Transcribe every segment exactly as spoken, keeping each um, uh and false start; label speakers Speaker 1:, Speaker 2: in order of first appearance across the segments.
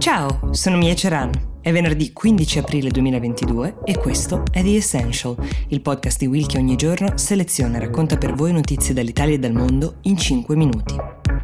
Speaker 1: Ciao, sono Mia Ceran. È venerdì quindici aprile duemilaventidue e questo è The Essential, il podcast di Will che ogni giorno seleziona e racconta per voi notizie dall'Italia e dal mondo in cinque minuti.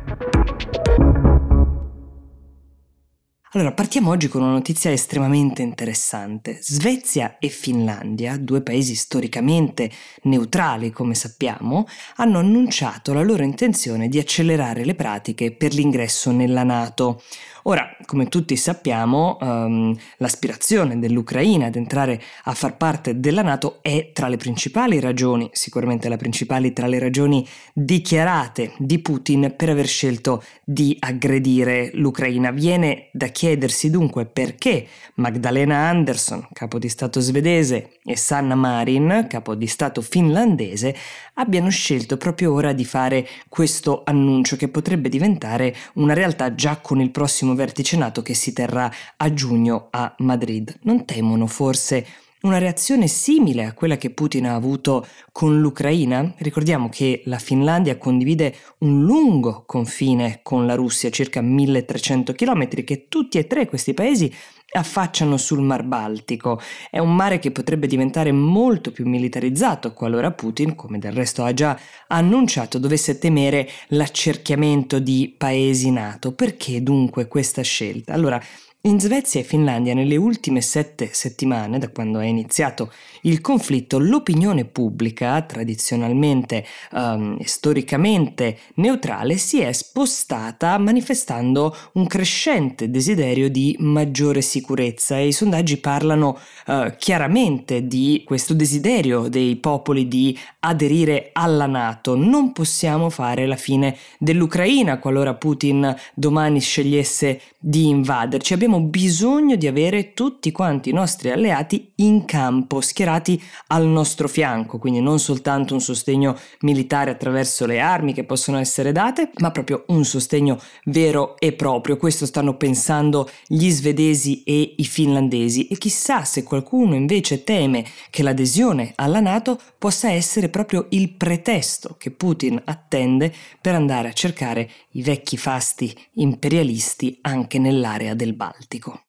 Speaker 1: Allora, partiamo oggi con una notizia estremamente interessante. Svezia e Finlandia, due paesi storicamente neutrali come sappiamo, hanno annunciato la loro intenzione di accelerare le pratiche per l'ingresso nella NATO. Ora, come tutti sappiamo, um, l'aspirazione dell'Ucraina ad entrare a far parte della NATO è tra le principali ragioni, sicuramente la principale tra le ragioni dichiarate di Putin per aver scelto di aggredire l'Ucraina. Viene da chiedersi dunque perché Magdalena Andersson, capo di Stato svedese, e Sanna Marin, capo di Stato finlandese, abbiano scelto proprio ora di fare questo annuncio che potrebbe diventare una realtà già con il prossimo vertice NATO che si terrà a giugno a Madrid. Non temono forse una reazione simile a quella che Putin ha avuto con l'Ucraina? Ricordiamo che la Finlandia condivide un lungo confine con la Russia, circa milletrecento chilometri, che tutti e tre questi paesi affacciano sul Mar Baltico. È un mare che potrebbe diventare molto più militarizzato qualora Putin, come del resto ha già annunciato, dovesse temere l'accerchiamento di paesi NATO. Perché dunque questa scelta? Allora, in Svezia e Finlandia nelle ultime sette settimane, da quando è iniziato il conflitto, l'opinione pubblica, tradizionalmente um, e storicamente neutrale, si è spostata manifestando un crescente desiderio di maggiore sicurezza e i sondaggi parlano uh, chiaramente di questo desiderio dei popoli di aderire alla NATO. Non possiamo fare la fine dell'Ucraina qualora Putin domani scegliesse di invaderci. Abbiamo bisogno di avere tutti quanti i nostri alleati in campo, schierati al nostro fianco, quindi non soltanto un sostegno militare attraverso le armi che possono essere date, ma proprio un sostegno vero e proprio. Questo stanno pensando gli svedesi e i finlandesi e chissà se qualcuno invece teme che l'adesione alla NATO possa essere proprio il pretesto che Putin attende per andare a cercare i vecchi fasti imperialisti anche nell'area del Baltico.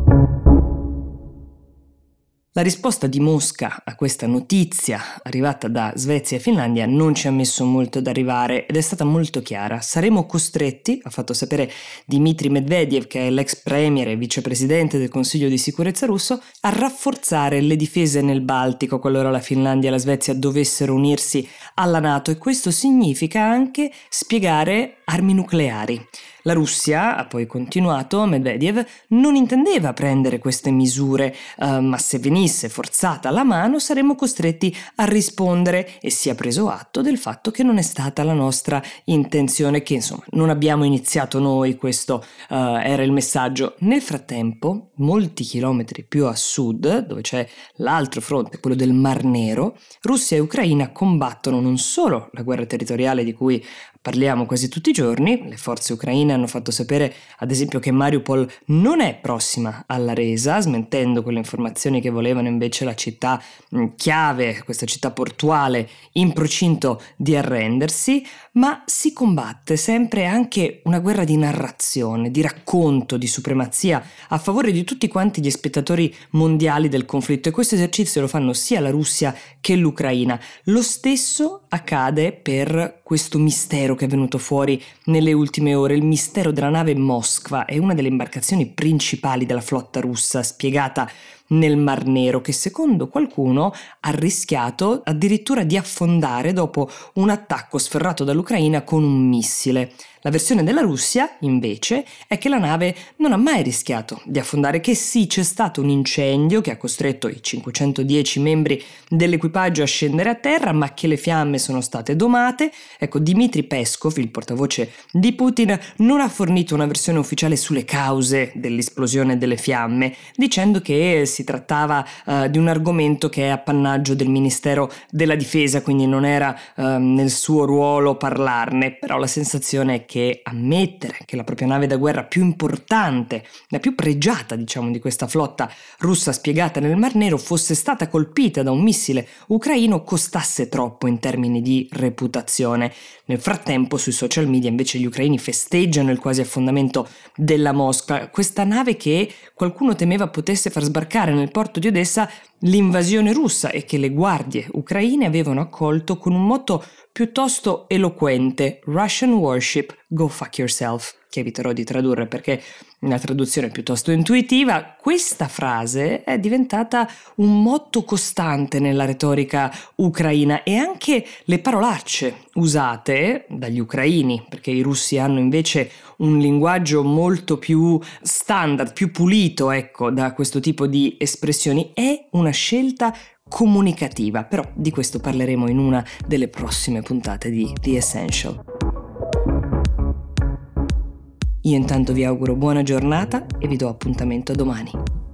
Speaker 1: La risposta di Mosca a questa notizia arrivata da Svezia e Finlandia non ci ha messo molto ad arrivare ed è stata molto chiara. Saremo costretti, ha fatto sapere Dmitry Medvedev, che è l'ex premier e vicepresidente del Consiglio di sicurezza russo, a rafforzare le difese nel Baltico qualora la Finlandia e la Svezia dovessero unirsi alla NATO, e questo significa anche spiegare armi nucleari. La Russia, ha poi continuato Medvedev, non intendeva prendere queste misure, uh, ma se venisse forzata la mano saremmo costretti a rispondere, e si è preso atto del fatto che non è stata la nostra intenzione, che insomma non abbiamo iniziato noi, questo uh, era il messaggio. Nel frattempo, molti chilometri più a sud, dove c'è l'altro fronte, quello del Mar Nero, Russia e Ucraina combattono non solo la guerra territoriale di cui parliamo quasi tutti i giorni. Le forze ucraine hanno fatto sapere ad esempio che Mariupol non è prossima alla resa, smentendo quelle informazioni che volevano invece la città mh, chiave, questa città portuale in procinto di arrendersi, ma si combatte sempre anche una guerra di narrazione, di racconto, di supremazia a favore di tutti quanti gli spettatori mondiali del conflitto, e questo esercizio lo fanno sia la Russia che l'Ucraina. Lo stesso accade per questo mistero che è venuto fuori nelle ultime ore. Il mistero della nave Moskva è una delle imbarcazioni principali della flotta russa spiegata nel Mar Nero, che secondo qualcuno ha rischiato addirittura di affondare dopo un attacco sferrato dall'Ucraina con un missile. La versione della Russia, invece, è che la nave non ha mai rischiato di affondare, che sì, c'è stato un incendio che ha costretto i cinquecentodieci membri dell'equipaggio a scendere a terra, ma che le fiamme sono state domate. Ecco, Dmitry Peskov, il portavoce di Putin, non ha fornito una versione ufficiale sulle cause dell'esplosione delle fiamme, dicendo che si si trattava uh, di un argomento che è appannaggio del Ministero della Difesa, quindi non era uh, nel suo ruolo parlarne, però la sensazione è che ammettere che la propria nave da guerra più importante, la più pregiata diciamo di questa flotta russa spiegata nel Mar Nero, fosse stata colpita da un missile ucraino costasse troppo in termini di reputazione. Nel frattempo sui social media invece gli ucraini festeggiano il quasi affondamento della Mosca, questa nave che qualcuno temeva potesse far sbarcare nel porto di Odessa l'invasione russa e che le guardie ucraine avevano accolto con un motto piuttosto eloquente: Russian warship, go fuck yourself, che eviterò di tradurre perché una traduzione piuttosto intuitiva. Questa frase è diventata un motto costante nella retorica ucraina e anche le parolacce usate dagli ucraini, perché i russi hanno invece un linguaggio molto più standard, più pulito, ecco, da questo tipo di espressioni. È una scelta comunicativa, però di questo parleremo in una delle prossime puntate di The Essential. Io intanto vi auguro buona giornata e vi do appuntamento domani.